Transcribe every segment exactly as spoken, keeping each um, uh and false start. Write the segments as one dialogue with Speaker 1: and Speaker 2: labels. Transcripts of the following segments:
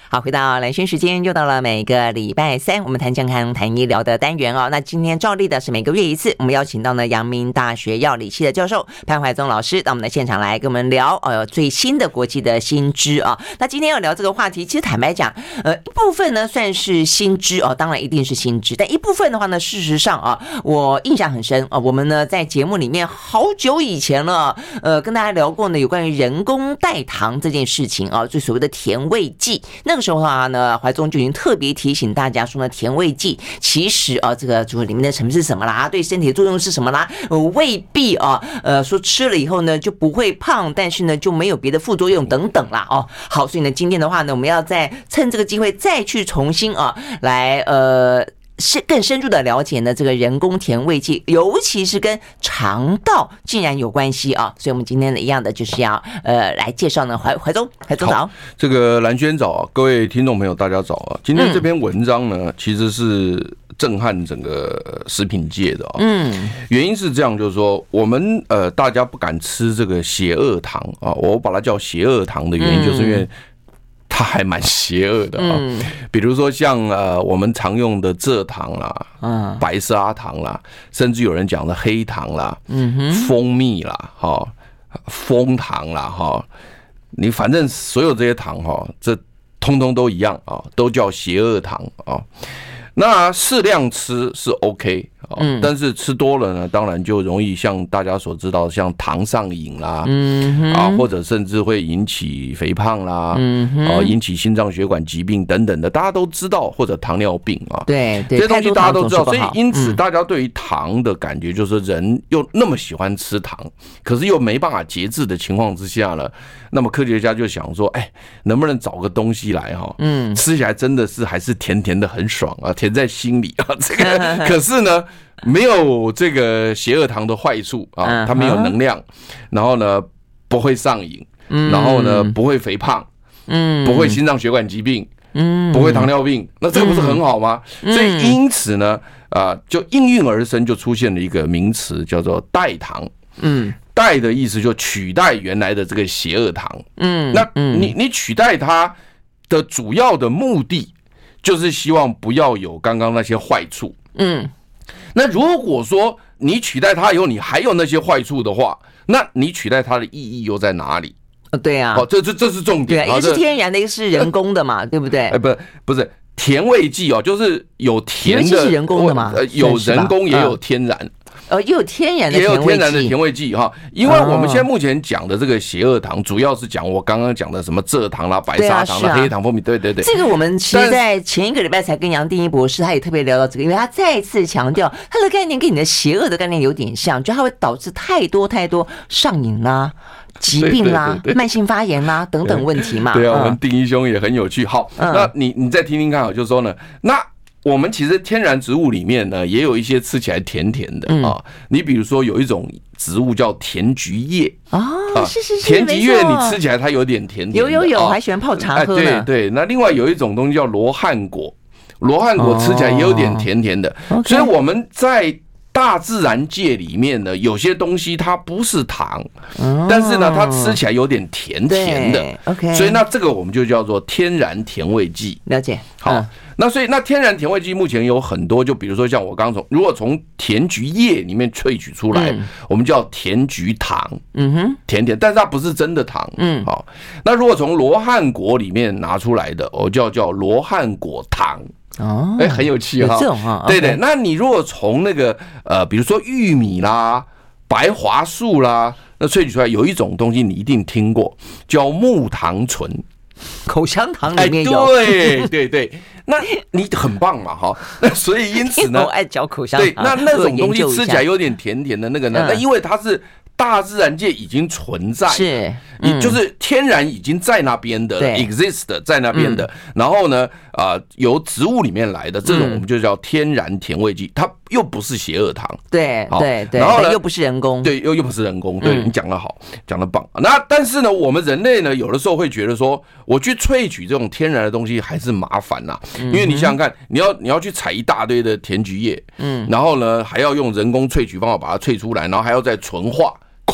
Speaker 1: 好，回到蓝轩时间，又到了每个礼拜三我们谈健康谈医疗的单元哦。那今天照例的是每个月一次，我们邀请到呢阳明大学药理系的教授潘怀宗老师到我们的现场来跟我们聊呃最新的国际的新知啊。那今天要聊这个话题，其实坦白讲，呃一部分呢算是新知哦，当然一定是新知，但一部分的话呢，事实上啊，我印象很深啊。我们呢在节目里面好久以前了，呃跟大家聊过呢有关于人工代糖这件事情啊，就所谓的甜味剂。那那个时候啊呢，怀宗就已经特别提醒大家说呢，甜味剂其实啊，这个就是里面的成分是什么啦，对身体的作用是什么啦，呃、未必啊，呃，说吃了以后呢就不会胖，但是呢就没有别的副作用等等啦哦。好，所以呢今天的话呢，我们要再趁这个机会再去重新啊来呃。是更深入的了解呢，这个人工甜味剂，尤其是跟肠道竟然有关系啊！所以我们今天的一样的就是要呃来介绍呢，怀怀宗，怀宗早，
Speaker 2: 这个蓝轩早啊，各位听众朋友大家早啊！今天这篇文章呢，嗯、其实是震撼整个食品界的啊。嗯，原因是这样，就是说我们呃大家不敢吃这个邪恶糖啊，我把它叫邪恶糖的原因，就是因为。它还蛮邪恶的啊，嗯、比如说像呃我们常用的蔗糖啦，嗯、白砂糖啦，甚至有人讲的黑糖啦，嗯、哼蜂蜜啦，哈，蜂糖啦，哈，你反正所有这些糖哈，这通通都一样啊，都叫邪恶糖啊。那适量吃是 OK 啊，嗯、但是吃多了呢，当然就容易像大家所知道，像糖上瘾啦，嗯、啊，或者甚至会引起肥胖啦，嗯、啊，引起心脏血管疾病等等的，大家都知道，或者糖尿病啊，
Speaker 1: 对，
Speaker 2: 这些东西大家都知道，所以因此大家对于糖的感觉就是人又那么喜欢吃糖，可是又没办法节制的情况之下呢，那么科学家就想说，哎，能不能找个东西来哈，嗯，吃起来真的是还是甜甜的很爽啊，甜在心里啊，这个可是呢，没有这个邪恶糖的坏处啊，它没有能量，然后呢不会上瘾，然后呢不会肥胖，嗯，不会心脏血管疾病，嗯，不会糖尿病，那这个不是很好吗？所以因此呢，啊，就应运而生，就出现了一个名词叫做代糖，嗯。代的意思就取代原来的这个邪恶糖，嗯，那你你取代它的主要的目的就是希望不要有刚刚那些坏处，嗯，那如果说你取代它以后你还有那些坏处的话，那你取代它的意义又在哪里？
Speaker 1: 哦，对啊，
Speaker 2: 哦，这这这是重点，
Speaker 1: 对，一个是天然的，一个是人工的嘛，对不对？
Speaker 2: 哎，不不是甜味剂哦，就是有甜的，
Speaker 1: 是人工的嘛，
Speaker 2: 有人工也有天然。
Speaker 1: 呃，也有天然的
Speaker 2: 也有天然的甜味剂哈，因为我们现在目前讲的这个邪恶糖，主要是讲我刚刚讲的什么蔗糖啦、白砂糖啦、黑糖、蜂蜜，对对对。
Speaker 1: 这个我们其实，在前一个礼拜才跟杨定一博士，他也特别聊到这个，因为他再次强调，他的概念跟你的邪恶的概念有点像，就它会导致太多太多上瘾啦、疾病啦、对对对对慢性发炎啦等等问题嘛。
Speaker 2: 对啊，我们定一兄也很有趣。好，那你你再听听看，就是说呢，那。我们其实天然植物里面呢，也有一些吃起来甜甜的啊。你比如说有一种植物叫甜菊叶
Speaker 1: 啊，是是是，
Speaker 2: 甜菊叶你吃起来它有点甜甜的，
Speaker 1: 有有有，还喜欢泡茶喝
Speaker 2: 呢。对对，那另外有一种东西叫罗汉果，罗汉果吃起来也有点甜甜的。所以我们在大自然界里面呢，有些东西它不是糖，但是呢，它吃起来有点甜甜的。
Speaker 1: OK，
Speaker 2: 所以那这个我们就叫做天然甜味剂。
Speaker 1: 了解。
Speaker 2: 好。那所以，那天然甜味剂目前有很多，就比如说像我刚刚从，如果从甜菊叶里面萃取出来，嗯、我们叫甜菊糖，嗯哼，甜甜，但是它不是真的糖，嗯，好。那如果从罗汉果里面拿出来的，我叫叫罗汉果糖。哦，哎，很有趣哈，
Speaker 1: 这种哈，
Speaker 2: 对对。那你如果从那个呃，比如说玉米啦、白桦树啦，那萃取出来有一种东西你一定听过，叫木糖醇。
Speaker 1: 口香糖里面有，
Speaker 2: 哎、对对对，那你很棒嘛哈。那所以因此呢，
Speaker 1: 我爱嚼口香糖。
Speaker 2: 对，那那种东西吃起来有点甜甜的那个呢，那因为它是大自然界已经存在，
Speaker 1: 是，
Speaker 2: 你就是天然已经在那边的 ，exist 在那边的。然后呢，啊，由植物里面来的这种，我们就叫天然甜味剂，它又不是邪恶糖，
Speaker 1: 对对对，然后呢又不是人工，
Speaker 2: 对，又又不是人工，对你讲得好，讲得棒。那但是呢，我们人类呢，有的时候会觉得说，我去萃取这种天然的东西还是麻烦呐，因为你想想看，你要你要去采一大堆的甜菊叶，嗯，然后呢还要用人工萃取方法把它萃出来，然后还要再纯化。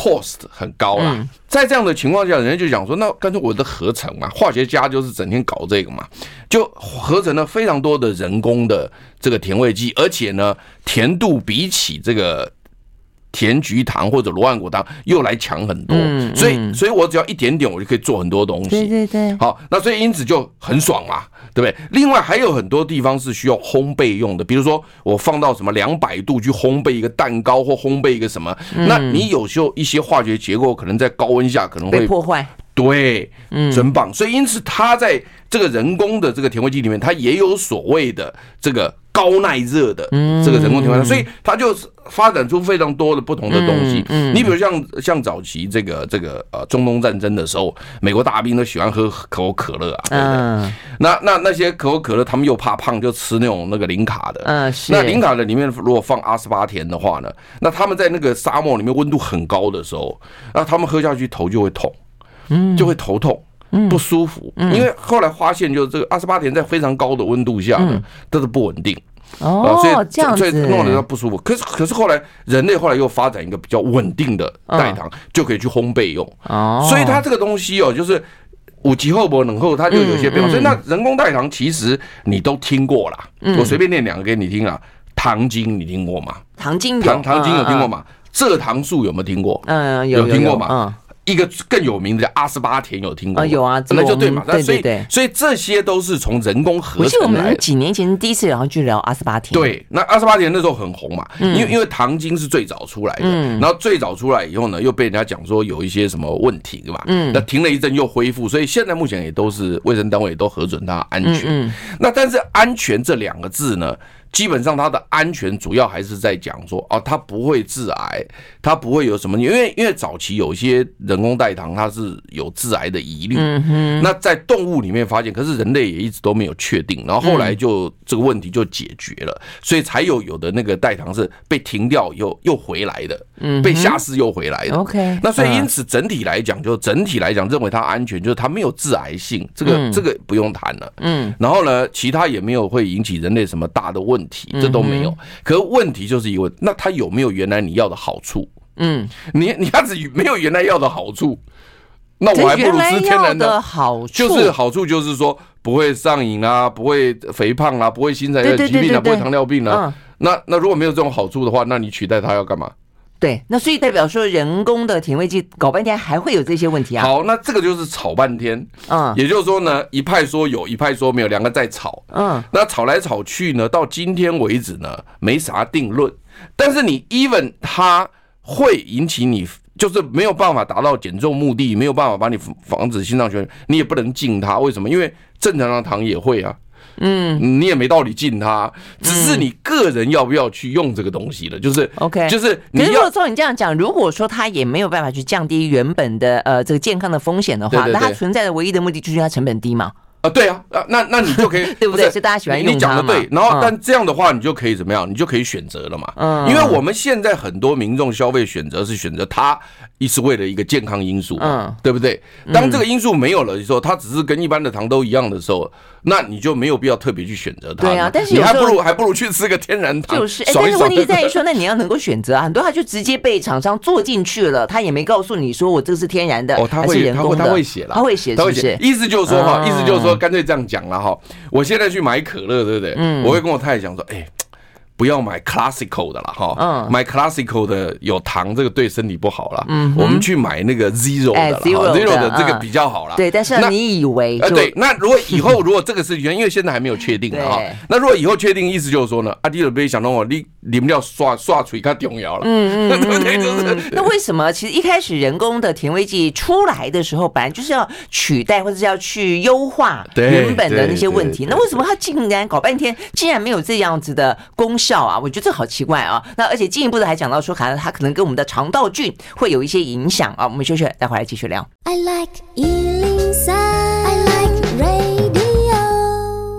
Speaker 2: cost 很高啦。嗯、在这样的情况下，人家就讲说，那干脆我的合成嘛，化学家就是整天搞这个嘛，就合成了非常多的人工的这个甜味剂，而且呢，甜度比起这个甜菊糖或者罗汉果糖又来强很多，嗯嗯、所以，所以我只要一点点，我就可以做很多东西。
Speaker 1: 对对对。
Speaker 2: 好，那所以因此就很爽嘛，对不对？另外还有很多地方是需要烘焙用的，比如说我放到什么两百度去烘焙一个蛋糕或烘焙一个什么，嗯、那你有时候一些化学结构可能在高温下可能会
Speaker 1: 被破坏。
Speaker 2: 对，嗯，真棒。所以因此它在这个人工的这个甜味剂里面，它也有所谓的这个高耐热的这个人工甜味剂，所以它就发展出非常多的不同的东西。你比如像像早期这个这个呃中东战争的时候，美国大兵都喜欢喝可口可乐啊，对不对？那那那些可口可乐，他们又怕胖，就吃那种那个零卡的。嗯，是。那零卡的里面如果放阿斯巴甜的话呢，那他们在那个沙漠里面温度很高的时候，那他们喝下去头就会痛。就会头痛，不舒服，因为后来发现，就是这个阿斯巴甜在非常高的温度下呢，它是不稳定，
Speaker 1: 哦，
Speaker 2: 所以
Speaker 1: 这样子，
Speaker 2: 所以弄得它不舒服。可是可是后来人类后来又发展一个比较稳定的代糖，就可以去烘焙用，哦，所以它这个东西哦，就是五级后博冷后，它就有些变化。所以那人工代糖其实你都听过啦，我随便念两个给你听啊，糖精你听过吗？
Speaker 1: 糖精
Speaker 2: 糖糖精有听过吗？蔗糖素有没有听过？
Speaker 1: 嗯，
Speaker 2: 有听过吗？一个更有名的叫阿斯巴甜，有听过吗？
Speaker 1: 有啊，
Speaker 2: 那就对嘛。
Speaker 1: 对对对，
Speaker 2: 所以这些都是从人工合成来的。
Speaker 1: 我记得我们几年前第一次然后去聊阿斯巴甜。
Speaker 2: 对，那阿斯巴甜那时候很红嘛，因为因为糖精是最早出来的，然后最早出来以后呢，又被人家讲说有一些什么问题，对吧？嗯，那停了一阵又恢复，所以现在目前也都是卫生单位也都核准它安全。那但是安全这两个字呢？基本上它的安全主要还是在讲说，哦，它不会致癌，它不会有什么，因为因为早期有一些人工代糖它是有致癌的疑虑，嗯、那在动物里面发现，可是人类也一直都没有确定，然后后来就、嗯、这个问题就解决了，所以才有有的那个代糖是被停掉以后又回来的，嗯、被下市又回来的。
Speaker 1: OK，
Speaker 2: 那所以因此整体来讲，就整体来讲认为它安全，就是它没有致癌性，这个、嗯、这个不用谈了。嗯，然后呢，其他也没有会引起人类什么大的问题。这都没有，可是问题就是一个问题，那它有没有原来你要的好处？嗯，你你要是没有原来要的好处，那我还不如吃天然的。
Speaker 1: 好处
Speaker 2: 就是好处就是说不会上瘾啊，不会肥胖啊，不会心血疾病啊，不会糖尿病啊。那那如果没有这种好处的话，那你取代它要干嘛？
Speaker 1: 对，那所以代表说人工的甜味剂搞半天还会有这些问题啊。
Speaker 2: 好，那这个就是吵半天，嗯，也就是说呢，一派说有，一派说没有，两个在吵，嗯，那吵来吵去呢，到今天为止呢，没啥定论。但是你 even 它会引起你，就是没有办法达到减重目的，没有办法把你防止心脏血管，你也不能禁它。为什么？因为正常的糖也会啊。嗯，你也没道理禁它，只是你个人要不要去用这个东西了，就是
Speaker 1: OK，
Speaker 2: 就是你要。
Speaker 1: 可是如果照你这样讲，如果说它也没有办法去降低原本的呃这个健康的风险的话，对对对，那它存在的唯一的目的就是它成本低嘛。
Speaker 2: 啊，对啊，那那你就可以
Speaker 1: 对不对？是大家喜欢用它嘛。
Speaker 2: 你讲的对，然后但这样的话，你就可以怎么样？你就可以选择了嘛。嗯，因为我们现在很多民众消费选择是选择它，是为了一个健康因素，嗯，对不对？当这个因素没有了的时候，它只是跟一般的糖都一样的时候，那你就没有必要特别去选择它。
Speaker 1: 对啊，但是
Speaker 2: 你还不如还不如去吃个天然糖。
Speaker 1: 就是，但是问题在于说，那你要能够选择啊，很多它就直接被厂商做进去了，他也没告诉你说我这个是天然的，
Speaker 2: 哦，他会他会他会写了，
Speaker 1: 他会写，
Speaker 2: 他会写。意思就是说哈，意思就是说，干脆这样讲了。我现在去买可乐，对不对？嗯，我会跟我太太讲说，哎、欸，不要买 classical 的啦，哈，嗯，买 classical 的有糖，这个对身体不好啦。嗯，我们去买那个 zero 的啦、欸、，zero 的, 的这个比较好啦。
Speaker 1: 对，但是你以为
Speaker 2: 呃，对，那如果以后如果这个是因为现在还没有确定的哈，那如果以后确定，意思就是说呢，啊，你就别想到我你你们要刷刷嘴较重要了，嗯嗯，对不对？就是、
Speaker 1: 那为什么其实一开始人工的甜味剂出来的时候，本来就是要取代或者是要去优化原本的那些问题，那为什么它竟然搞半天，竟然没有这样子的功效啊？我觉得这好奇怪啊！那而且进一步的还讲到说，可能它可能跟我们的肠道菌会有一些影响啊。我们休息，待会儿来继续聊。I like 一零三 I like radio。好，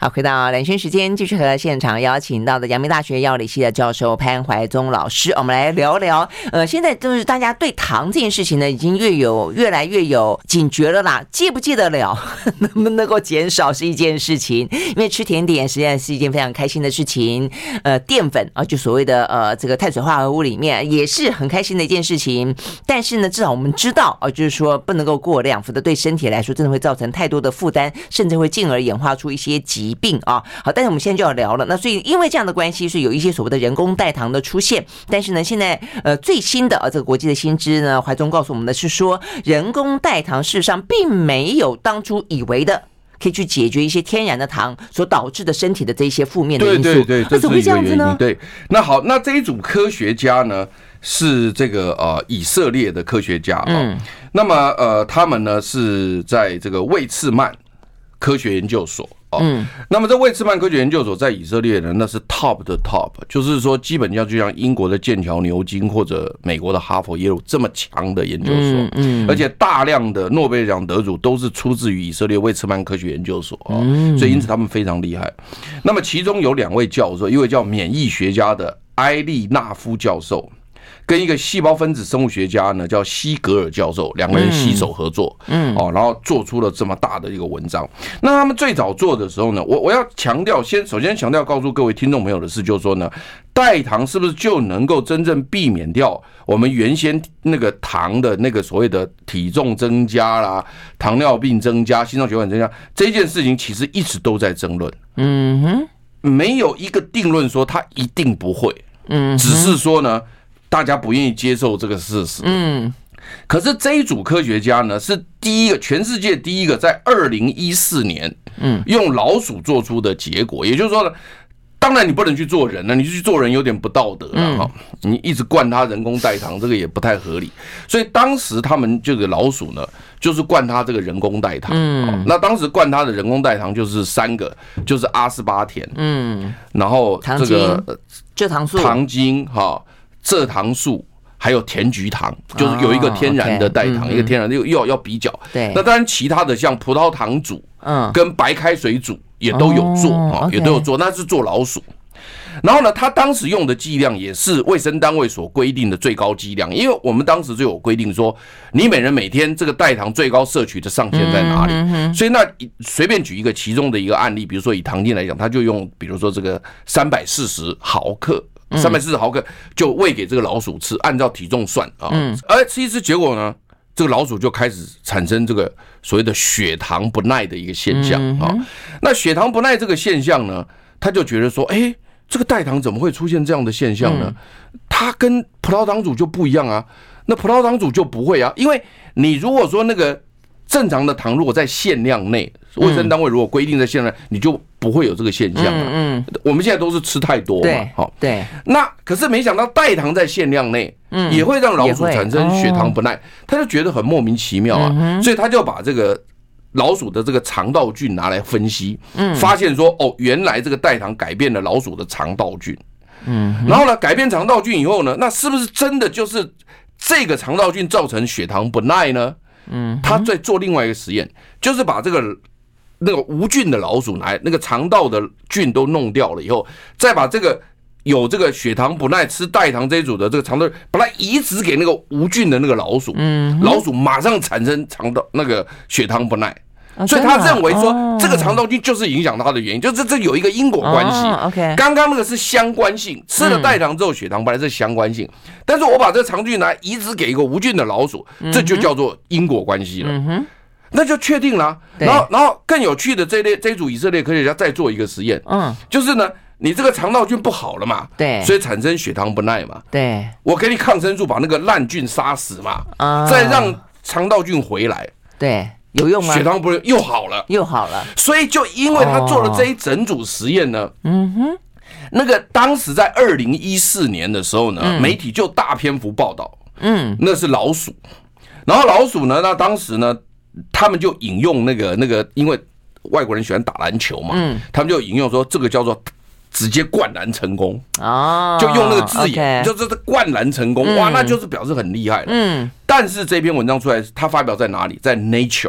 Speaker 1: 好，回到蓝轩时间，继续和现场邀请到的阳明大学药理系的教授潘怀宗老师，我们来聊聊。呃，现在就是大家对糖这件事情呢，已经越有越来越有警觉了啦。戒不戒得了，能不能够减少是一件事情，因为吃甜点实际上是一件非常开心的事情。呃，淀粉啊，就所谓的呃这个碳水化合物里面也是很开心的一件事情。但是呢，至少我们知道啊，就是说不能够过量，否则对身体来说真的会造成太多的负担，甚至会进而演化出一些疾病啊。好，但是我们现在就要聊了。那所以因为这样的关系，是有一些所谓的人工代糖的出现。但是呢，现在呃最新的呃这个国际的新知呢，怀宗告诉我们的是说，人工代糖事实上并没有当初以为的可以去解决一些天然的糖所导致的身体的这些负面的因素。
Speaker 2: 对对对，
Speaker 1: 那怎么会这样子呢？
Speaker 2: 对，那好，那这一组科学家呢，是这个呃以色列的科学家啊、哦。嗯、那么呃，他们呢是在这个魏茨曼科学研究所。哦，嗯，那么这魏茨曼科学研究所在以色列呢，那是 top 的 top， 就是说基本上就像英国的剑桥牛津或者美国的哈佛耶鲁这么强的研究所，嗯，嗯而且大量的诺贝尔奖得主都是出自于以色列魏茨曼科学研究所，哦，所以因此他们非常厉害。那么其中有两位教授，一位叫免疫学家的埃利纳夫教授，跟一个细胞分子生物学家呢，叫西格尔教授，两个人携手合作，嗯，哦，然后做出了这么大的一个文章。那他们最早做的时候呢，我我要强调，先首先强调告诉各位听众朋友的是，就是说呢，代糖是不是就能够真正避免掉我们原先那个糖的那个所谓的体重增加啦、糖尿病增加、心脏血管增加这件事情，其实一直都在争论。嗯哼，没有一个定论说它一定不会，嗯，只是说呢，大家不愿意接受这个事实。嗯，可是这一组科学家呢，是第一个，全世界第一个在二零一四年，嗯，用老鼠做出的结果。也就是说呢，当然你不能去做人了，你去做人有点不道德了哈。你一直灌它人工代糖，这个也不太合理。所以当时他们这个老鼠呢，就是灌它这个人工代糖。嗯，那当时灌它的人工代糖就是三个，就是阿斯巴甜，嗯，然后这个
Speaker 1: 蔗糖素、
Speaker 2: 糖精哈。蔗糖素还有甜菊糖，就是有一个天然的代糖， oh, okay, 一个天然的又要要比较。对，那当然其他的像葡萄糖煮，嗯，跟白开水煮也都有做啊， oh, okay. 也都有做，那是做老鼠。然后呢，他当时用的剂量也是卫生单位所规定的最高剂量，因为我们当时就有规定说，你每人每天这个代糖最高摄取的上限在哪里。嗯、所以那随便举一个其中的一个案例，比如说以糖精来讲，他就用比如说这个三百四十毫克。三百四十毫克就喂给这个老鼠吃，按照体重算啊，嗯，而吃一次，结果呢，这个老鼠就开始产生这个所谓的血糖不耐的一个现象啊。那血糖不耐这个现象呢，他就觉得说，哎，这个代糖怎么会出现这样的现象呢？它跟葡萄糖煮就不一样啊，那葡萄糖煮就不会啊，因为你如果说那个正常的糖如果在限量内，卫生单位如果规定在限量内，你就不会有这个现象了。嗯，我们现在都是吃太多嘛，好，对。那可是没想到代糖在限量内，嗯，也会让老鼠产生血糖不耐，他就觉得很莫名其妙啊，所以他就把这个老鼠的这个肠道菌拿来分析，嗯，发现说，哦，原来这个代糖改变了老鼠的肠道菌，嗯，然后呢，改变肠道菌以后呢，那是不是真的就是这个肠道菌造成血糖不耐呢？嗯，他在做另外一个实验，就是把这个那个无菌的老鼠拿来，那个肠道的菌都弄掉了以后，再把这个有这个血糖不耐吃代糖这一组的这个肠道，把它移植给那个无菌的那个老鼠，嗯，老鼠马上产生肠道那个血糖不耐。所以他认为说，这个肠道菌就是影响它的原因，就是这有一个因果关系。OK， 刚刚那个是相关性，吃了代糖之后血糖本来是相关性，但是我把这个肠菌拿移植给一个无菌的老鼠，这就叫做因果关系了。那就确定了。然后，然后更有趣的这类这一组以色列科学家再做一个实验，嗯，就是呢，你这个肠道菌不好了嘛，对，所以产生血糖不耐嘛，对，我给你抗生素把那个烂菌杀死嘛，啊，再让肠道菌回来，对。有用吗？血糖不是又好了，又好了。所以就因为他做了这一整组实验呢，嗯哼，那个当时在二零一四年的时候呢，嗯、媒体就大篇幅报道，嗯，那是老鼠，然后老鼠呢，那当时呢，他们就引用那个那个，因为外国人喜欢打篮球嘛，嗯，他们就引用说这个叫做直接灌篮成功哦，就用那个字眼， okay, 就是灌篮成功，哇，那就是表示很厉害了。嗯，但是这篇文章出来，它发表在哪里？在 Nature。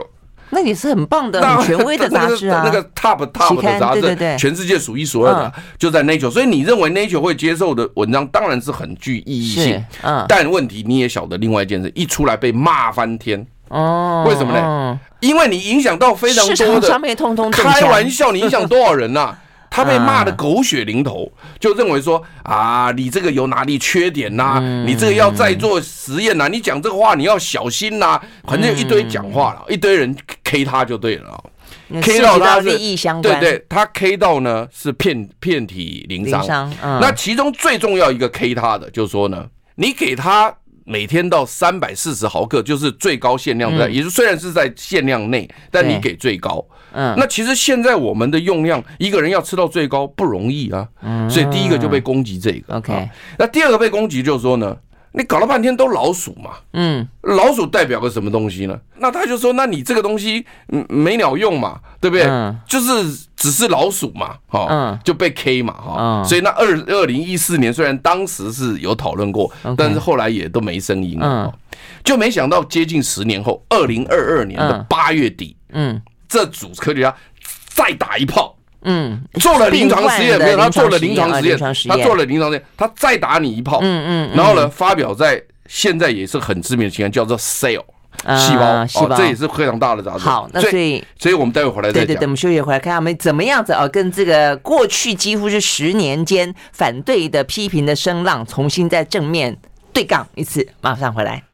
Speaker 1: 那也是很棒的、很权威的杂志啊。
Speaker 2: 那个 top top 的杂志，
Speaker 1: 对对对，
Speaker 2: 全世界数一数二的，嗯、就在 Nature。所以你认为 Nature 会接受的文章，当然是很具意义性。嗯，但问题你也晓得另外一件事，一出来被骂翻天。哦，为什么呢？哦、因为你影响到非常多的，市
Speaker 1: 场上面通通
Speaker 2: 开玩笑，你影响多少人啊？他被骂得狗血淋头，就认为说啊，你这个有哪里缺点呐、啊？嗯、你这个要再做实验呐、啊？你讲这个话你要小心呐、啊！反正有一堆讲话了，嗯、一堆人 K 他就对了。K 到他是
Speaker 1: 利益相关，
Speaker 2: 对对，他 K 到呢是遍遍体鳞伤。伤嗯、那其中最重要一个 K 他的，就是说呢，你给他每天到三百四十毫克，就是最高限量在，嗯、也是虽然是在限量内，但你给最高。嗯，那其实现在我们的用量，一个人要吃到最高不容易啊。嗯，所以第一个就被攻击这个。OK，、啊、那第二个被攻击就是说呢，你搞了半天都老鼠嘛。嗯，老鼠代表个什么东西呢？那他就说，那你这个东西没鸟用嘛，对不对？嗯、就是只是老鼠嘛，哈、哦，嗯、就被 K 嘛，哈、哦。嗯、所以那二二零一四年虽然当时是有讨论过， okay, 但是后来也都没声音了。嗯、就没想到接近十年后，二零二二年的八月底，嗯。嗯这组科学家再打一炮，嗯，做了临床实验，没有他做了临床实验，他做了临床实验，他再打你一炮，嗯嗯，然后呢，发表在现在也是很知名的期刊，叫做 Cell 细胞，细胞，这也是非常大的杂志。
Speaker 1: 好，那所以，
Speaker 2: 所以我们待会回来再讲。
Speaker 1: 对对对，我们休息回来看他们怎么样子啊，跟这个过去几乎是十年间反对的、批评的声浪，重新在正面对杠一次。马上回来。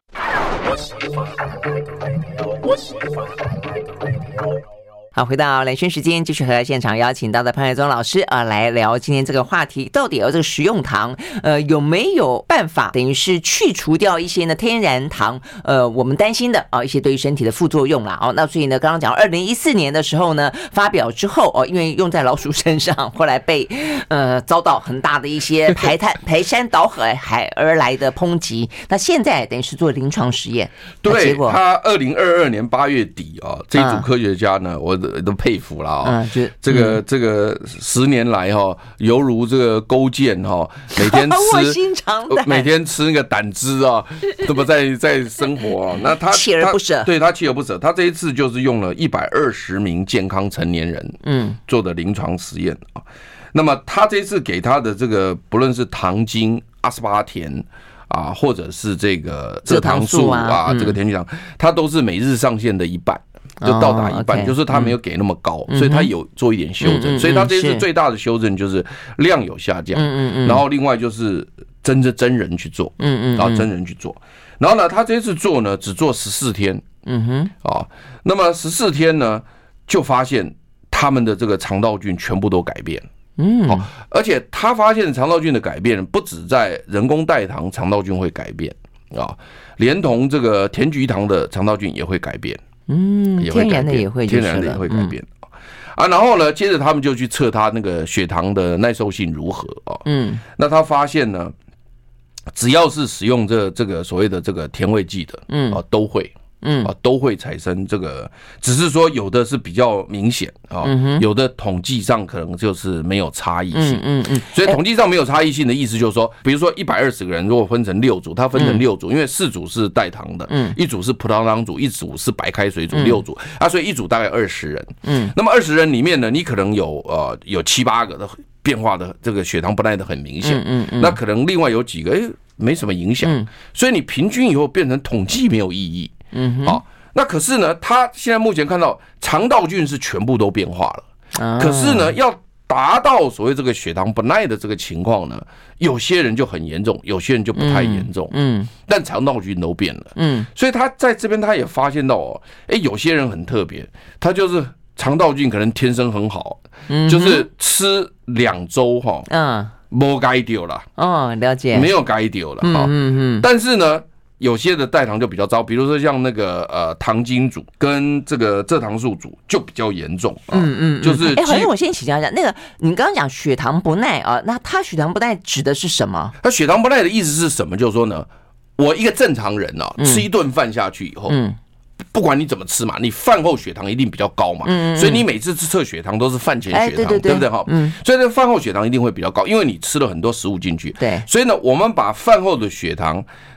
Speaker 1: 好，回到蓝轩时间，继续和现场邀请到的潘怀宗老师啊，来聊今天这个话题，到底有这个食用糖，呃，有没有办法，等于是去除掉一些呢天然糖，呃，我们担心的啊一些对于身体的副作用啦。哦，那所以呢，刚刚讲二零一四年的时候呢，发表之后哦，因为用在老鼠身上，后来被呃遭到很大的一些排碳排山倒海海而来的抨击。那现在等于是做临床实验，
Speaker 2: 对，结果他二零二二年八月底啊，这一组科学家呢，嗯、我。都佩服了啊、哦！这个这个十年来哈、哦，犹如这个勾践哈、哦，每天吃每天吃那个胆汁啊，对不在在生活啊。那他
Speaker 1: 锲而不舍，
Speaker 2: 对他锲而不舍。他这一次就是用了一百二十名健康成年人，嗯，做的临床实验啊。那么他这一次给他的这个，不论是糖精、阿斯巴甜啊，或者是这个蔗糖素啊，这个甜菊糖，它都是每日上限的一半。就到达一半， oh, okay, 就是他没有给那么高，嗯、所以他有做一点修正，嗯、所以他这次最大的修正就是量有下降，嗯嗯、然后另外就是真的真人去做，嗯嗯，然后真人去做，然后呢，他这次做呢只做十四天，嗯哼，啊，那么十四天呢就发现他们的这个肠道菌全部都改变。嗯，好，而且他发现肠道菌的改变不止在人工代糖肠道菌会改变啊，连同这个甜菊糖的肠道菌也会改变。嗯，
Speaker 1: 天然的也会，
Speaker 2: 天然的也会改变、嗯、啊。然后呢，接着他们就去测他那个血糖的耐受性如何啊？嗯，那他发现呢，只要是使用这这个所谓的这个甜味剂的，嗯啊，都会。嗯啊，都会产生这个，只是说有的是比较明显啊，嗯、有的统计上可能就是没有差异性。嗯嗯，嗯所以统计上没有差异性的意思就是说，比如说一百二十个人如果分成六组，它分成六组，嗯、因为四组是代糖的，嗯，一组是葡萄糖组，一组是白开水组，六组、嗯、啊，所以一组大概二十人。嗯，那么二十人里面呢，你可能有呃有七八个的变化的这个血糖不耐的很明显，嗯 嗯, 嗯，那可能另外有几个哎没什么影响，嗯、所以你平均以后变成统计没有意义。嗯，好，那可是呢，他现在目前看到肠道菌是全部都变化了，啊、可是呢，要达到所谓这个血糖不耐的这个情况呢，有些人就很严重，有些人就不太严重，嗯，嗯但肠道菌都变了，嗯，所以他在这边他也发现到哦，哎，有些人很特别，他就是肠道菌可能天生很好，嗯，就是吃两周哈，嗯，没该丢了，
Speaker 1: 哦，了解，
Speaker 2: 没有该丢了，嗯嗯嗯，但是呢。有些的代糖就比较糟，比如说像那个呃糖精组跟这个蔗糖素组就比较严重，啊、嗯嗯，就是
Speaker 1: 哎，好像我先请教一下，那个你刚刚讲血糖不耐啊，那它血糖不耐指的是什么？
Speaker 2: 它血糖不耐的意思是什么？就是说呢，我一个正常人啊，吃一顿饭下去以后，嗯。不管你怎么吃嘛，你饭后血糖一定比较高嘛，嗯嗯嗯所以你每次测血糖都是饭前血糖，哎、对, 对, 对, 对不对哈？嗯，所以这饭后血糖一定会比较高，因为你吃了很多食物进去。对，所以呢，我们把饭后的血糖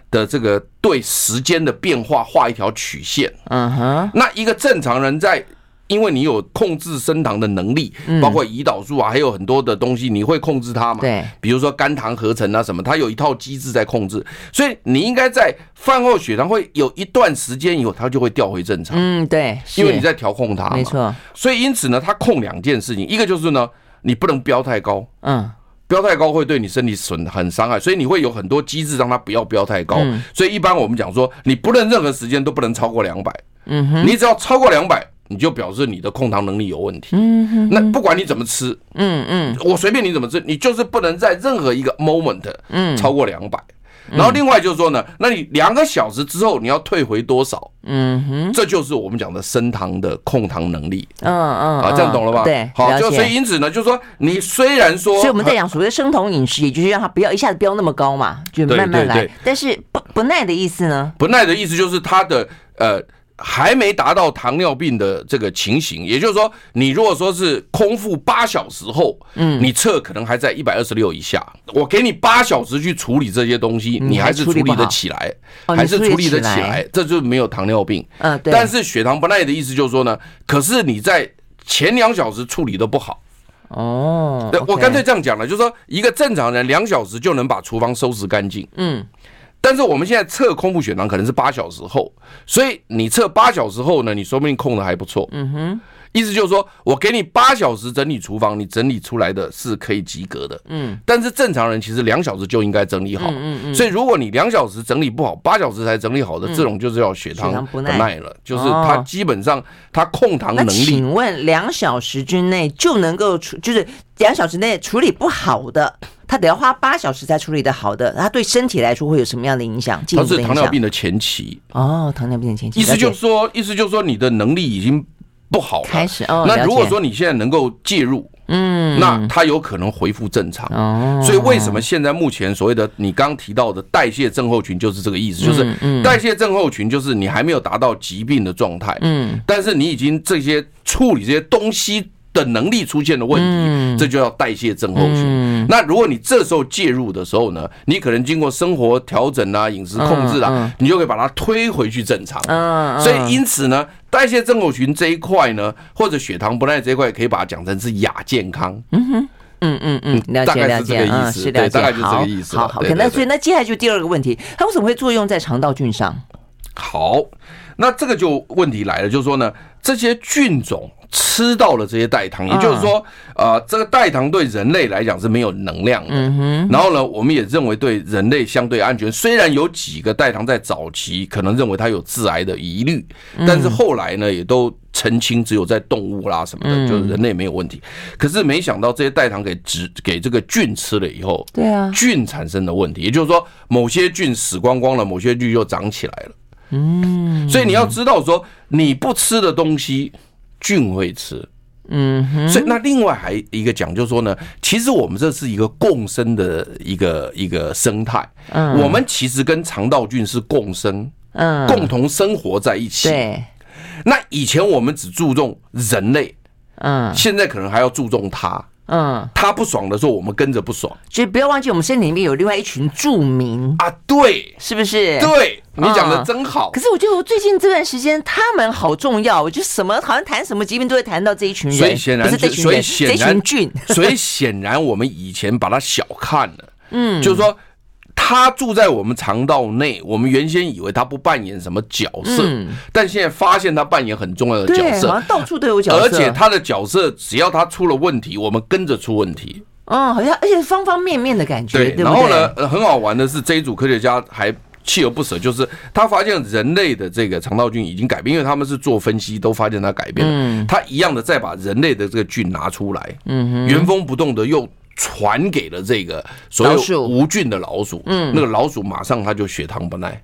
Speaker 2: 的这个对时间的变化画一条曲线。
Speaker 1: 嗯哼，
Speaker 2: 那一个正常人在。因为你有控制升糖的能力，包括胰岛素啊，还有很多的东西，你会控制它嘛？
Speaker 1: 对，
Speaker 2: 比如说肝糖合成啊什么，它有一套机制在控制，所以你应该在饭后血糖会有一段时间以后，它就会调回正常。
Speaker 1: 嗯，对，
Speaker 2: 因为你在调控它嘛，
Speaker 1: 没错。
Speaker 2: 所以因此呢，它控两件事情，一个就是呢，你不能飙太高，嗯。飙太高会对你身体损很伤害，所以你会有很多机制让它不要飙太高。嗯、所以一般我们讲说，你不论任何时间都不能超过两百。嗯哼，你只要超过两百，你就表示你的控糖能力有问题。嗯哼，那不管你怎么吃，嗯嗯，我随便你怎么吃，你就是不能在任何一个 moment， 嗯，超过两百。然后另外就是说呢，那你两个小时之后你要退回多少？嗯哼，这就是我们讲的升糖的控糖能力。嗯嗯，啊，这样懂了吧？
Speaker 1: 对，
Speaker 2: 好，就所以因此呢，就是说你虽然说，
Speaker 1: 所以我们在讲所谓的生酮饮食，也就是让它不要一下子飙那么高嘛，就慢慢来。对对对，但是不不耐的意思呢？
Speaker 2: 不耐的意思就是它的呃。还没达到糖尿病的这个情形，也就是说，你如果说是空腹八小时后，嗯，你测可能还在一百二十六以下，我给你八小时去处理这些东西，你还是处理得起来，还是处理得起来，这就没有糖尿病。嗯，对。但是血糖不耐的意思就是说呢，可是你在前两小时处理得不好。哦，我干脆这样讲了，就是说，一个正常人两小时就能把厨房收拾干净。嗯。但是我们现在测空腹血糖可能是八小时后，所以你测八小时后呢，你说不定控的还不错。嗯哼，意思就是说我给你八小时整理厨房，你整理出来的是可以及格的。嗯，但是正常人其实两小时就应该整理好。嗯嗯嗯。所以如果你两小时整理不好，八小时才整理好的，这种就是要血糖不耐了，就是它基本上它控糖能力。那
Speaker 1: 请问两小时之内就能够处，就是两小时内处理不好的？他得要花八小时才处理的好的，他对身体来说会有什么样的影响？
Speaker 2: 它是糖尿病的前期
Speaker 1: 哦，糖尿病的前期。
Speaker 2: 意思就是说，意思就是说，你的能力已经不好了。
Speaker 1: 开始哦。
Speaker 2: 那如果说你现在能够介入，嗯，那它有可能恢复正常。哦。所以为什么现在目前所谓的你刚提到的代谢症候群就是这个意思，就是代谢症候群就是你还没有达到疾病的状态，嗯，但是你已经这些处理这些东西的能力出现了问题，嗯、这就叫代谢症候群。嗯、那如果你这时候介入的时候呢，你可能经过生活调整啊、饮食控制啊，嗯嗯、你就可以把它推回去正常。嗯嗯、所以因此呢，代谢症候群这一块呢，或者血糖不耐这一块，可以把它讲成是亚健康。嗯哼。
Speaker 1: 嗯嗯嗯，了解了解，嗯，是了解，
Speaker 2: 大概就是这个意思。
Speaker 1: 好好，那所以那接下来就第二个问题，它为什么会作用在肠道菌上？
Speaker 2: 好，那这个就问题来了，就是说呢，这些菌种吃到了这些代糖，也就是说，呃，这个代糖对人类来讲是没有能量的。嗯哼。然后呢，我们也认为对人类相对安全。虽然有几个代糖在早期可能认为它有致癌的疑虑，但是后来呢，也都澄清只有在动物啦什么的，就是人类没有问题。可是没想到这些代糖给植给这个菌吃了以后，
Speaker 1: 对啊，
Speaker 2: 菌产生的问题，也就是说，某些菌死光光了，某些菌又长起来了。嗯，所以你要知道说，你不吃的东西，菌会吃。嗯哼，所以那另外还一个讲，就是说呢，其实我们这是一个共生的一个一个生态。嗯，我们其实跟肠道菌是共生，嗯，共同生活在一起。
Speaker 1: 对，
Speaker 2: 那以前我们只注重人类，嗯，现在可能还要注重它。嗯，他不爽的时候，我们跟着不爽。
Speaker 1: 所以不要忘记，我们身体里面有另外一群住民
Speaker 2: 啊，对，
Speaker 1: 是不是？
Speaker 2: 对，你讲的真好。
Speaker 1: 嗯、可是我觉得最近这段时间，他们好重要。我觉得什么好像谈什么疾病都会谈到这一群人，
Speaker 2: 所以显然，
Speaker 1: 不是这群人，
Speaker 2: 所以显然
Speaker 1: 这群菌，
Speaker 2: 所以显然我们以前把它小看了。嗯，就是说。他住在我们肠道内，我们原先以为他不扮演什么角色，嗯、但现在发现他扮演很重要的角色，
Speaker 1: 好像到处都有角色，
Speaker 2: 而且他的角色只要他出了问题，我们跟着出问题。
Speaker 1: 嗯，好像而且方方面面的感觉，对，对不对？
Speaker 2: 然后呢，很好玩的是这一组科学家还锲而不舍，就是他发现人类的这个肠道菌已经改变，因为他们是做分析，都发现它改变了。嗯，他一样的再把人类的这个菌拿出来，嗯，原封不动的又传给了这个所有无菌的老鼠，嗯，那个老鼠马上它就血糖不耐。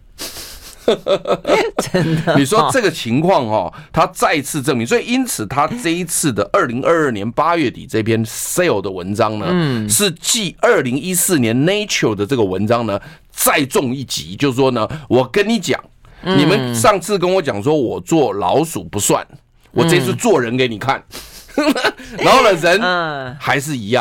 Speaker 1: 真的，
Speaker 2: 你说这个情况哦，它再次证明，所以因此他这一次的二零二二年八月底这篇 Cell 的文章呢，嗯，是继二零一四年 Nature 的这个文章呢再重一级，就是说呢，我跟你讲，嗯、你们上次跟我讲说我做老鼠不算，我这次做人给你看，然后呢，人还是一样。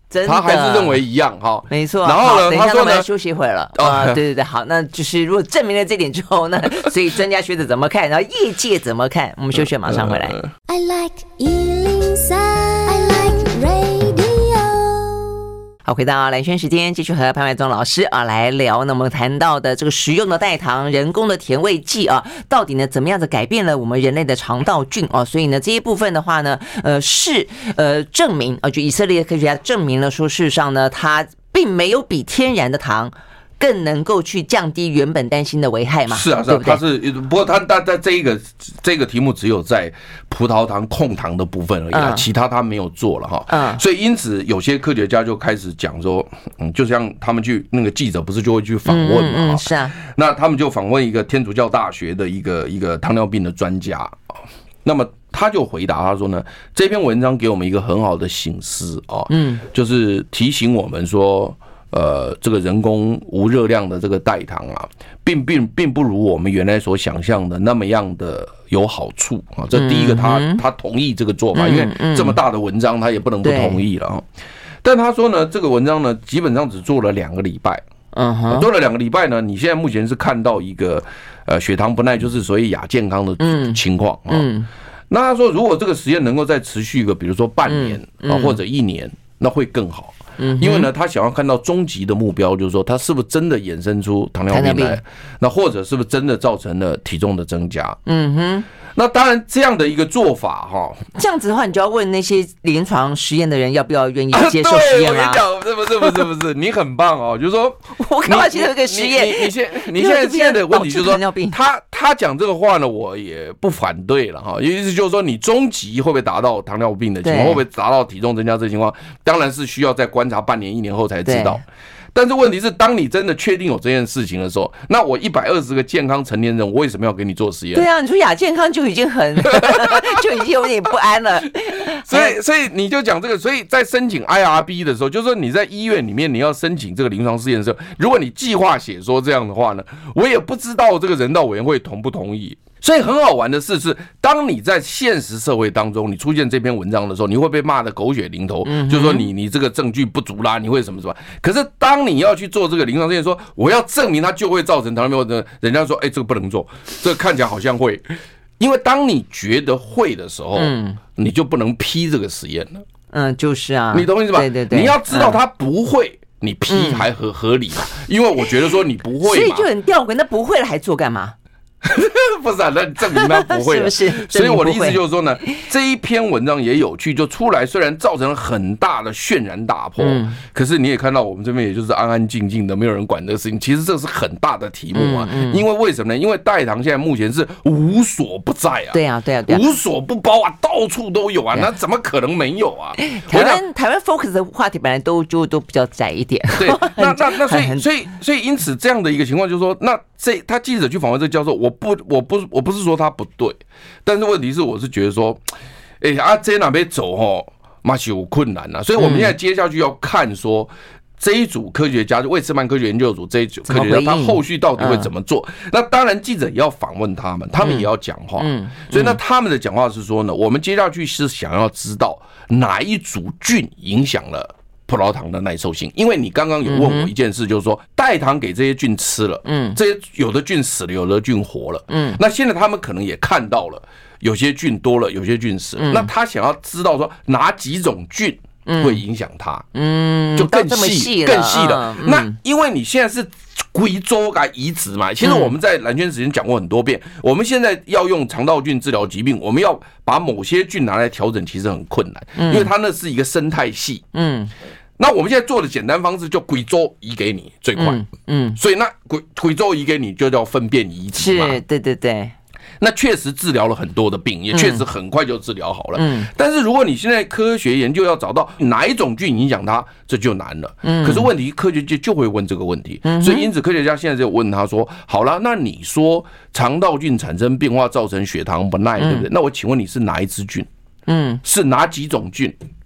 Speaker 2: 他还是认为一样哈，
Speaker 1: 没错。
Speaker 2: 然后呢，
Speaker 1: 他说呢，休息一会儿了啊、哦，对对对，好，那就是如果证明了这点之后呢，所以专家学者怎么看，然后业界怎么看？我们休息，马上回来。I like 一零三 I like radio。好，回到蓝轩时间，继续和潘怀宗老师啊来聊呢，我们谈到的这个食用的代糖、人工的甜味剂啊，到底呢怎么样子改变了我们人类的肠道菌啊？所以呢这一部分的话呢，呃是呃证明啊，就以色列科学家证明了说，事实上呢，它并没有比天然的糖更能够去降低原本担心的危害嘛？
Speaker 2: 是啊，是啊，它是不过它它在这一个这个题目只有在葡萄糖控糖的部分而已啦，嗯、其他它没有做了哈。嗯，所以因此有些科学家就开始讲说，嗯，就像他们去那个记者不是就会去访问嘛？嗯嗯，
Speaker 1: 是啊。
Speaker 2: 那他们就访问一个天主教大学的一个一个糖尿病的专家，那么他就回答他说呢，这篇文章给我们一个很好的省思啊，嗯，就是提醒我们说。呃，这个人工无热量的这个代糖啊，并并并不如我们原来所想象的那么样的有好处啊。这第一个他，他他同意这个做法，因为这么大的文章，他也不能不同意了啊。但他说呢，这个文章呢，基本上只做了两个礼拜，嗯，做了两个礼拜呢，你现在目前是看到一个呃血糖不耐，就是所谓亚健康的情况啊。那他说，如果这个实验能够再持续个，比如说半年啊或者一年，那会更好。因为呢，他想要看到终极的目标，就是说他是不是真的衍生出糖尿病来，那或者是不是真的造成了体重的增加？嗯哼。那当然，这样的一个做法哈，
Speaker 1: 这样子的话，你就要问那些临床实验的人要不要愿意接受实验啦、啊。
Speaker 2: 对，我跟你讲，不是不是不是不是，你很棒哦，就是说，
Speaker 1: 我干嘛接受一个实验？
Speaker 2: 你你你现你现在现在的问题就是说，他他讲这个话呢，我也不反对了哈。意思就是说，你终极会不会达到糖尿病的情况，会不会达到体重增加这情况，当然是需要再观察半年一年后才知道。但是问题是，当你真的确定有这件事情的时候，那我一百二十个健康成年人，我为什么要给你做实验？
Speaker 1: 对啊，你说亚健康就已经很就已经有点不安了。
Speaker 2: 所以，所以你就讲这个，所以在申请 I R B 的时候，就是说你在医院里面你要申请这个临床试验的时候，如果你计划写说这样的话呢，我也不知道这个人道委员会同不同意。所以很好玩的事是，当你在现实社会当中，你出现这篇文章的时候，你会被骂得狗血淋头，嗯、就是说你你这个证据不足啦，你会什么什么。可是当你要去做这个临床试验，说我要证明它就会造成糖尿病，人家说，哎、欸，这个不能做，这个看起来好像会，因为当你觉得会的时候，嗯、你就不能批这个实验了。
Speaker 1: 嗯，就是啊，
Speaker 2: 你懂我意思吧？
Speaker 1: 对对对，
Speaker 2: 你要知道它不会。你批还合合理嘛？因为我觉得说你不会嘛，
Speaker 1: 所以就很吊诡。那不会了还做干嘛？
Speaker 2: 不是啊，那证明他不会了，
Speaker 1: 是不是？
Speaker 2: 所以我的意思就是说呢，这一篇文章也有趣，就出来虽然造成了很大的轩然大波，嗯、可是你也看到我们这边也就是安安静静的，没有人管这个事情。其实这是很大的题目啊，嗯嗯、因为为什么呢？因为代糖现在目前是无所不在啊，
Speaker 1: 对啊，对啊，对啊，
Speaker 2: 无所不包啊，到处都有啊，那怎么可能没有啊？
Speaker 1: 台湾台湾 focus 的话题本来都就都比较窄一点，
Speaker 2: 对，那那那所以所以所以因此这样的一个情况就是说，那这他记者去访问这个教授，我不我不我不是说他不对，但是问题是我是觉得说，哎、欸、啊这哪边走吼，嘛是有困难啊，所以我们现在接下去要看说。这一组科学家，就魏茨曼科学研究组这一组科学家，他后续到底会怎么做？嗯、那当然，记者也要访问他们，他们也要讲话。嗯嗯、所以，那他们的讲话是说呢，我们接下去是想要知道哪一组菌影响了葡萄糖的耐受性。因为你刚刚有问我一件事，就是说代糖给这些菌吃了，嗯，这些有的菌死了，有的菌活了，嗯，那现在他们可能也看到了，有些菌多了，有些菌死了，嗯、那他想要知道说哪几种菌。会影响它，嗯，就更细、更细的。嗯、那因为你现在是归州该移植嘛，其实我们在蓝圈时间讲过很多遍，我们现在要用肠道菌治疗疾病，我们要把某些菌拿来调整，其实很困难，嗯、因为它那是一个生态系，嗯。那我们现在做的简单方式，就贵州移给你最快，嗯，嗯所以那贵贵州移给你就叫粪便移植嘛，
Speaker 1: 是，对对对。
Speaker 2: 那确实治疗了很多的病，也确实很快就治疗好了。嗯，但是如果你现在科学研究要找到哪一种菌影响它，这就难了。嗯，可是问题科学界就会问这个问题，嗯、所以因此科学家现在就问他说：好了，那你说肠道菌产生变化造成血糖不耐，对不对？嗯、那我请问你是哪一支菌？嗯，是哪几种菌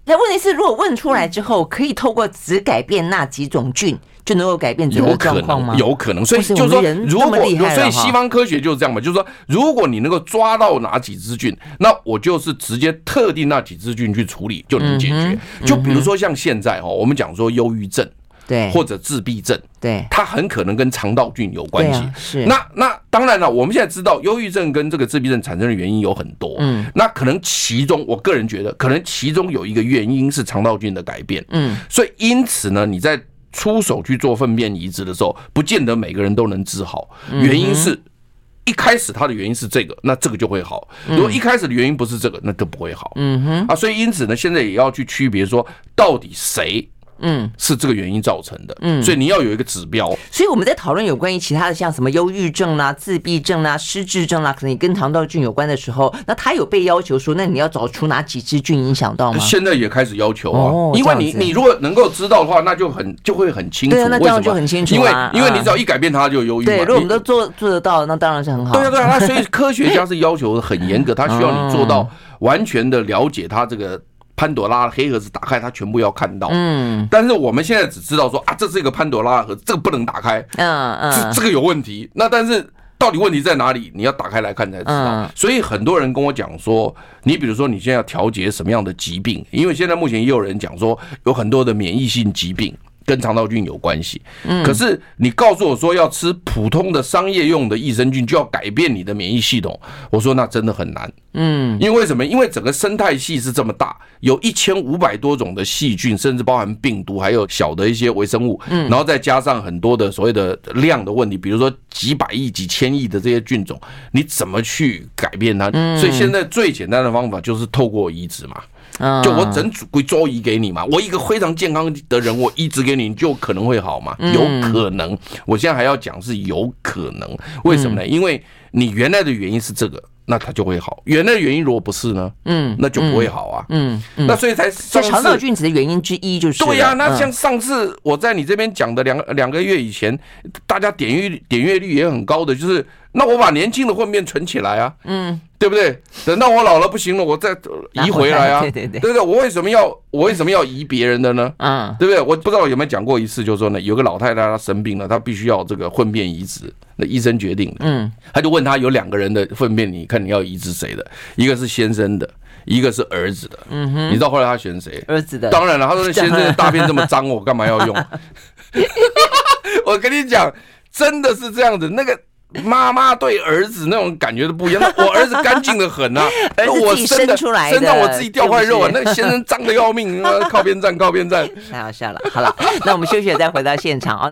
Speaker 1: 那问题是，如果问出来之后，可以透过只改变那几种菌，就能够改变整个状况吗？
Speaker 2: 有可能，所以就是说，如果所以西方科学就是这样嘛，就是说，如果你能够抓到哪几支菌，那我就是直接特定那几支菌去处理就能解决。嗯嗯、就比如说像现在哈，我们讲说忧郁症。
Speaker 1: 对，
Speaker 2: 或者自闭症，
Speaker 1: 对，
Speaker 2: 它很可能跟肠道菌有关系。
Speaker 1: 啊、是，
Speaker 2: 那那当然了，我们现在知道忧郁症跟这个自闭症产生的原因有很多，嗯，那可能其中，我个人觉得，可能其中有一个原因是肠道菌的改变，嗯，所以因此呢，你在出手去做粪便移植的时候，不见得每个人都能治好，原因是。一开始它的原因是这个，那这个就会好。如果一开始的原因不是这个，那就不会好。嗯哼啊，所以因此呢，现在也要去区别说，到底谁。嗯，是这个原因造成的。嗯，所以你要有一个指标。
Speaker 1: 所以我们在讨论有关于其他的，像什么忧郁症啦、自闭症啦、失智症啦，可能跟肠道菌有关的时候，那他有被要求说，那你要找出哪几支菌影响到吗？
Speaker 2: 现在也开始要求啊，哦、因为你你如果能够知道的话，那就很就会很清楚。
Speaker 1: 对，那这样就很清楚、啊。
Speaker 2: 因为因为你只要一改变它，就忧郁嘛。
Speaker 1: 对，如果我们都做做得到，那当然是很好。
Speaker 2: 对啊对啊，那所以科学家是要求很严格，他需要你做到完全的了解他这个。潘朵拉的黑盒子打开，它全部要看到。嗯，但是我们现在只知道说啊，这是一个潘朵拉的盒子，这个不能打开。嗯嗯，这这个有问题。那但是到底问题在哪里？你要打开来看才知道。嗯、所以很多人跟我讲说，你比如说你现在要调节什么样的疾病？因为现在目前也有人讲说，有很多的免疫性疾病。跟肠道菌有关系，可是你告诉我说要吃普通的商业用的益生菌就要改变你的免疫系统，我说那真的很难，嗯，因为为什么？因为整个生态系是这么大，有一千五百多种的细菌，甚至包含病毒，还有小的一些微生物，嗯，然后再加上很多的所谓的量的问题，比如说几百亿、几千亿的这些菌种，你怎么去改变它？所以现在最简单的方法就是透过移植嘛。就我整组归周移给你嘛，我一个非常健康的人，我移植给你，就可能会好嘛？有可能，我现在还要讲是有可能，为什么呢？因为你原来的原因是这个，那它就会好；原来的原因如果不是呢，嗯，那就不会好啊。嗯，那所以才上次
Speaker 1: 肠道菌子的原因之一就是
Speaker 2: 对呀、啊。那像上次我在你这边讲的两两个月以前，大家点阅点阅率也很高的，就是那我把年轻的粪便存起来啊，嗯。对不对？等到我老了不行了，我再移回来啊！对对对，对不对？我为什么要我为什么要移别人的呢？嗯，对不对？我不知道有没有讲过一次，就是说呢，有个老太太她生病了，她必须要这个粪便移植，那医生决定的。嗯，他就问她有两个人的粪便，你看你要移植谁的？一个是先生的，一个是儿子的。嗯哼，你知道后来他选谁？
Speaker 1: 儿子的。
Speaker 2: 当然了，他说先生的大便这么脏，我干嘛要用？我跟你讲，真的是这样子，那个。妈妈对儿子那种感觉都不一样。我儿子干净的很啊，
Speaker 1: 我生的
Speaker 2: 身上我自己掉块肉啊，那个先生脏的要命啊！靠边站，靠边站，
Speaker 1: 太好笑了。好了，那我们休息了再回到现场啊。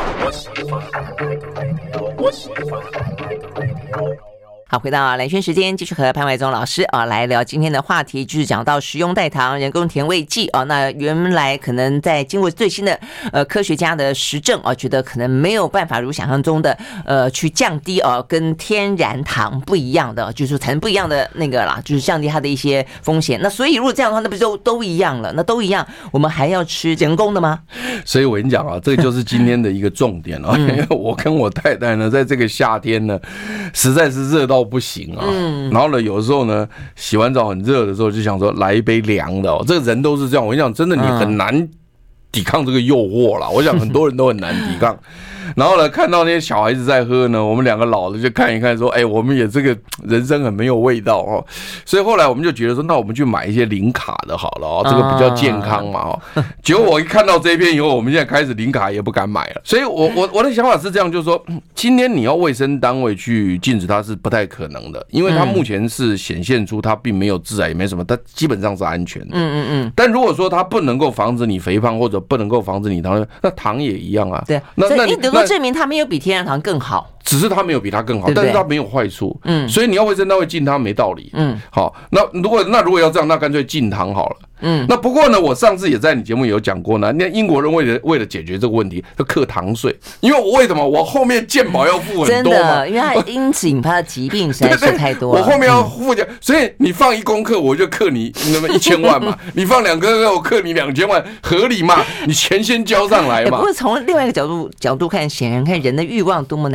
Speaker 1: 好，回到蓝轩时间，继续和潘怀宗老师啊来聊今天的话题，就是讲到食用代糖人工甜味剂啊。那原来可能在经过最新的呃科学家的实证啊，觉得可能没有办法如想象中的呃去降低啊，跟天然糖不一样的，就是产生不一样的那个啦，就是降低它的一些风险。那所以如果这样的话，那不就都一样了？那都一样，我们还要吃人工的吗？
Speaker 2: 所以我跟你讲啊，这就是今天的一个重点啊，因为我跟我太太呢，在这个夏天呢，实在是热到不行啊，嗯，然后呢，有时候呢，洗完澡很热的时候，就想说来一杯凉的哦。这个人都是这样，我跟你讲，真的你很难抵抗这个诱惑啦。我想很多人都很难抵抗。然后呢，看到那些小孩子在喝呢，我们两个老的就看一看，说，哎，我们也这个人生很没有味道哦。所以后来我们就觉得说，那我们去买一些零卡的好了哦，这个比较健康嘛哦。结果我一看到这一篇以后，我们现在开始零卡也不敢买了。所以我我我的想法是这样，就是说，今天你要卫生单位去禁止它是不太可能的，因为它目前是显现出它并没有致癌，也没什么，它基本上是安全的。嗯嗯嗯。但如果说它不能够防止你肥胖，或者不能够防止你糖，那糖也一样啊。
Speaker 1: 对，那那你。能够证明它没有比天然糖更好，
Speaker 2: 只是它没有比它更好，对对，但是它没有坏处。嗯，所以你要卫生单位禁它没道理。嗯，好，那如果那如果要这样，那干脆禁糖好了。嗯，那不过呢，我上次也在你节目有讲过呢。那英国人为了为了解决这个问题，就课糖税。因为我为什么我后面健保要付很多嘛？真的，
Speaker 1: 因为它因此引发的疾病实在是太多了。
Speaker 2: 我后面要付掉，所以你放一公克，我就克你那么一千万嘛。你放两公克，我克你两千万，合理嘛？你钱先交上来嘛。
Speaker 1: 不过从另外一个角度角度看，显然看人的欲望多么难难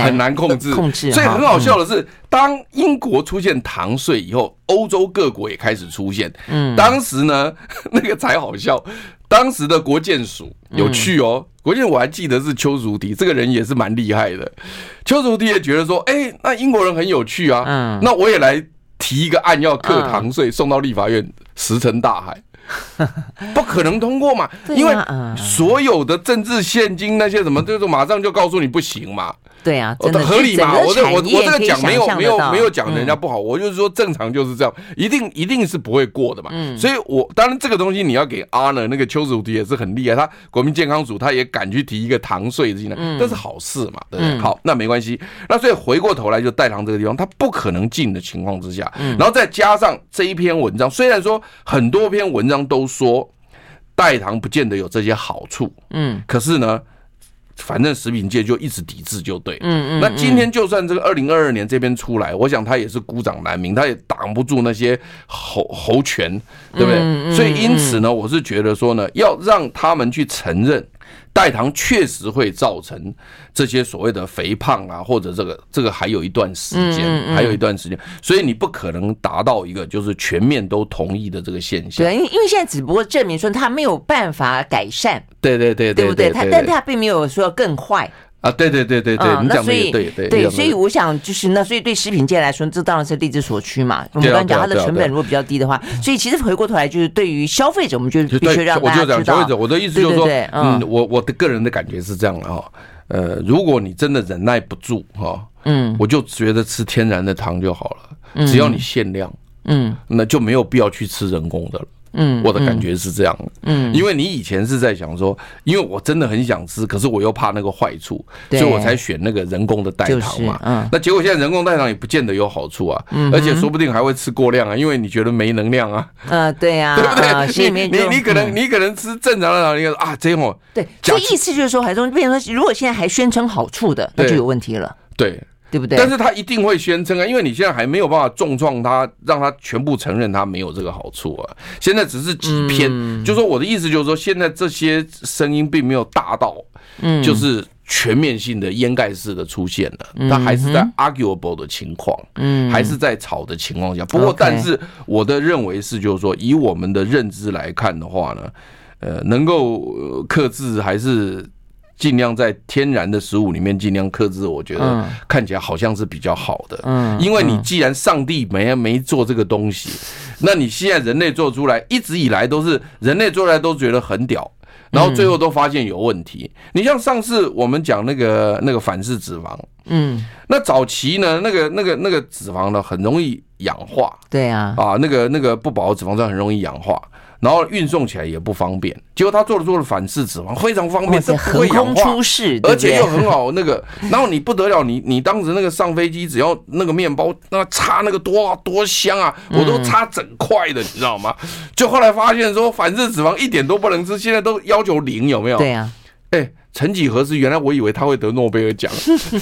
Speaker 2: 很难控制。
Speaker 1: 控制。
Speaker 2: 所以很好笑的是，当英国出现糖税以后，欧洲各国也开始出现。嗯，当时呢，那个才好笑。当时的国健署有趣哦，嗯、国健我还记得是邱淑媞，这个人也是蛮厉害的。邱淑媞也觉得说，哎、欸，那英国人很有趣啊，嗯，那我也来提一个案要课糖税，送到立法院石沉大海。不可能通过嘛，因为所有的政治现金那些什么，就是马上就告诉你不行嘛。
Speaker 1: 对啊，真的
Speaker 2: 合理嘛？我这我我这个讲没有没有没有讲人家不好，
Speaker 1: 嗯、
Speaker 2: 我就是说正常就是这样，一定一定是不会过的嘛。嗯、所以我当然这个东西你要给阿呢，那个邱淑媞也是很厉害，他国民健康署他也敢去提一个糖税进来，嗯、这是好事嘛，对不对？嗯、好，那没关系。那所以回过头来就代糖这个地方，它不可能进的情况之下，嗯、然后再加上这一篇文章，虽然说很多篇文章都说代糖不见得有这些好处，嗯，可是呢。反正食品界就一直抵制就对，嗯嗯。那今天就算这个二零二二年这边出来，我想他也是孤掌难鸣，他也挡不住那些猴猴拳，对不对？嗯嗯嗯、所以因此呢，我是觉得说呢，要让他们去承认代糖确实会造成这些所谓的肥胖啊，或者这个这个还有一段时间，嗯嗯嗯还有一段时间，所以你不可能达到一个就是全面都同意的这个现象。
Speaker 1: 对，因为因为现在只不过证明说他没有办法改善，
Speaker 2: 对对对对，
Speaker 1: 对不对？他但他并没有说更坏。
Speaker 2: 啊，对对对对对，嗯、你讲的也对对
Speaker 1: 对，所以我想就是那，所以对食品界来说，这当然是力之所趋嘛。我们刚刚讲它的成本如果比较低的话，所以其实回过头来就是对于消费者，我们就必须让大家知道。我就讲
Speaker 2: 消费者，我的意思就是说，对对对嗯，我我的个人的感觉是这样的哈，呃，如果你真的忍耐不住哈，嗯，我就觉得吃天然的糖就好了，只要你限量，嗯，那就没有必要去吃人工的了。嗯，我的感觉是这样的，嗯，因为你以前是在想说，因为我真的很想吃，可是我又怕那个坏处，所以我才选那个人工的代糖嘛。嗯，那结果现在人工代糖也不见得有好处啊，嗯，而且说不定还会吃过量啊，因为你觉得没能量啊。
Speaker 1: 呃，对呀，
Speaker 2: 对不对？你你你可能你可能吃正常的糖，你说啊，这种
Speaker 1: 对，所以意思就是说，海中变成说，如果现在还宣称好处的，那就有问题了。对。对不对？
Speaker 2: 但是他一定会宣称啊，因为你现在还没有办法重创他，让他全部承认他没有这个好处啊。现在只是几篇，嗯、就说我的意思就是说，现在这些声音并没有大到，嗯，就是全面性的掩盖式的出现了，嗯、它还是在 arguable 的情况，嗯，还是在吵的情况下。不过，但是我的认为是，就是说，以我们的认知来看的话呢，呃，能够克制还是。尽量在天然的食物里面尽量克制，我觉得看起来好像是比较好的。嗯，因为你既然上帝没没做这个东西，那你现在人类做出来，一直以来都是人类做出来都觉得很屌，然后最后都发现有问题。你像上次我们讲那个那个反式脂肪，嗯，那早期呢，那个那个那个脂肪呢很容易氧化，
Speaker 1: 对啊，
Speaker 2: 啊，那个那个不饱和脂肪酸很容易氧化。然后运送起来也不方便，结果他做了做了反式脂肪，非常方便，这不会氧化，而且又很好那个。然后你不得了，你你当时那个上飞机，只要那个面包那擦那个多多香啊，我都擦整块的，你知道吗？就后来发现说反式脂肪一点都不能吃，现在都要求零，有没有？
Speaker 1: 对呀，
Speaker 2: 哎。曾几何时，原来我以为他会得诺贝尔奖。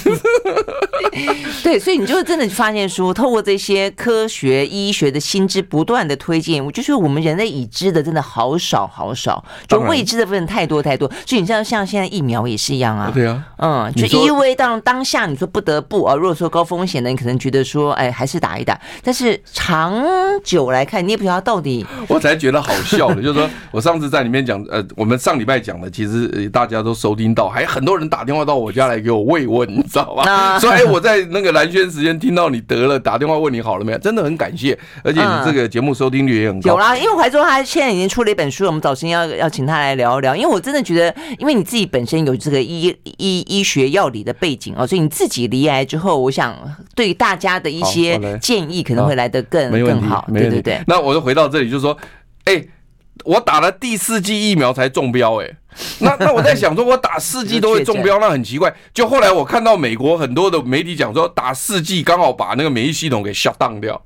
Speaker 1: 对，所以你就真的发现说，透过这些科学医学的新知不断的推荐，我就说我们人类已知的真的好少好少，就未知的部分太多太多。所以你像像现在疫苗也是一样啊，
Speaker 2: 对啊，
Speaker 1: 嗯，就因为当当下你说不得不啊，如果说高风险的，你可能觉得说，哎，还是打一打。但是长久来看，你也不知道到底。我
Speaker 2: 才觉得好笑的，就是说我上次在里面讲，呃，我们上礼拜讲的，其实大家都收听到，还很多人打电话到我家来给我慰问，你知道吗？啊、所以、欸、我在那个蓝轩时间听到你得了，打电话问你好了没有，真的很感谢，而且你这个节目收听率也很高。
Speaker 1: 有啦，因为怀州他现在已经出了一本书，我们早先要要请他来聊一聊，因为我真的觉得，因为你自己本身有这个医医医学药理的背景哦，所以你自己罹癌之后，我想对大家的一些建议可能会来得更更好，对对对。
Speaker 2: 那我就回到这里，就是说，哎、欸。我打了第四剂疫苗才中标，哎，那那我在想说，我打四剂都会中标，那很奇怪。就后来我看到美国很多的媒体讲说，打四剂刚好把那个免疫系统给 shut down 掉。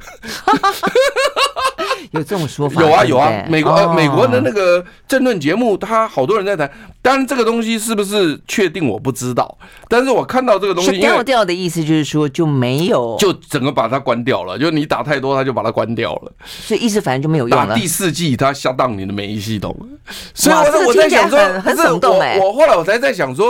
Speaker 1: 有这种说法？
Speaker 2: 有啊有啊，美国、哦、美国的那个政论节目，他好多人在谈。当然这个东西是不是确定我不知道，但是我看到这个东西，
Speaker 1: 掉掉的意思就是说就没有，
Speaker 2: 就整个把它关掉了。就你打太多，他就把它关掉了。
Speaker 1: 所以意思反正就没有用了。
Speaker 2: 打第四剂，它shutdown你的免疫系统。所以我我在想说，
Speaker 1: 很耸动哎。
Speaker 2: 我后来我才在想说，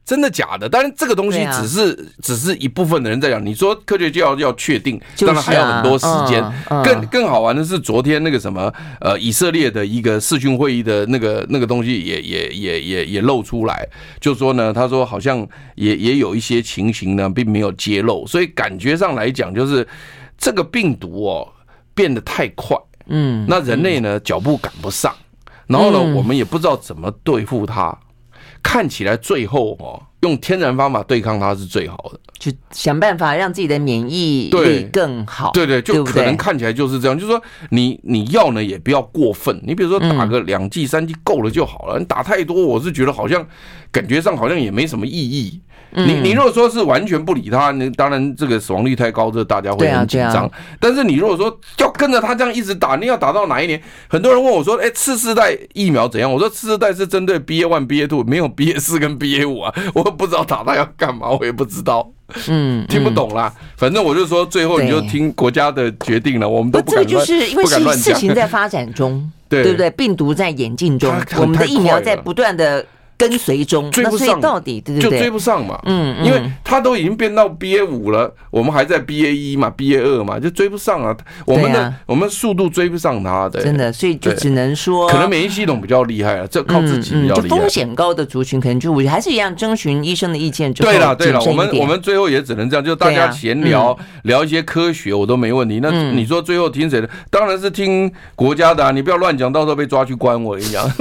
Speaker 2: 真的假的？当然，这个东西只是、啊、只是一部分的人在讲。你说科学家要确定，当然还有很多时间。啊嗯、更更好玩的是，昨天那个什么呃，以色列的一个视讯会议的那个那个东西也也也也也露出来，就说呢，他说好像也也有一些情形呢，并没有揭露，所以感觉上来讲，就是这个病毒哦变得太快，嗯，那人类呢脚步赶不上，然后呢，我们也不知道怎么对付它。看起来最后哦，用天然方法对抗它是最好的，
Speaker 1: 就想办法让自己的免疫力更好。
Speaker 2: 对对，就可能看起来就是这样。就是说你，你你药呢也不要过分，你比如说打个两剂、三剂够了就好了。你打太多，我是觉得好像感觉上好像也没什么意义。你你如果说是完全不理他，你当然这个死亡率太高，这大家会很紧张。但是你如果说要跟着他这样一直打，你要打到哪一年？很多人问我说：“哎，次世代疫苗怎样？”我说：“次世代是针对 B A 一、B A 二，没有 B A 四跟 B A 五啊。”我不知道打它要干嘛，我也不知道。嗯，听不懂啦。反正我就说，最后你就听国家的决定了，我们都不敢乱，
Speaker 1: 这个就是因为事情在发展中，对对不对？病毒在演进中，我们的疫苗在不断的。跟随中，
Speaker 2: 追不上，
Speaker 1: 那所以到底对对
Speaker 2: 对，就追不上嘛。嗯，因为他都已经变到 B A 五了，我们还在 B A 一嘛 ，B A 二嘛，就追不上啊。我们的、啊、我们速度追不上他的，
Speaker 1: 真的，所以就只能说，
Speaker 2: 可能免疫系统比较厉害了，这靠自己比较厉害。嗯嗯、
Speaker 1: 就风险高的族群，可能就我觉得还是一样，征询医生的意见就。
Speaker 2: 对了对了，我们我们最后也只能这样，就大家闲聊、啊嗯、聊一些科学，我都没问题。那你说最后听谁的？当然是听国家的啊！你不要乱讲，到时候被抓去关。我跟你讲，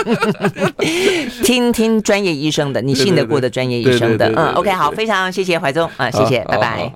Speaker 1: 听听专业医生的，你信得过的专业医生的，嗯 ，OK， 好，非常谢谢怀宗啊，谢谢，拜拜。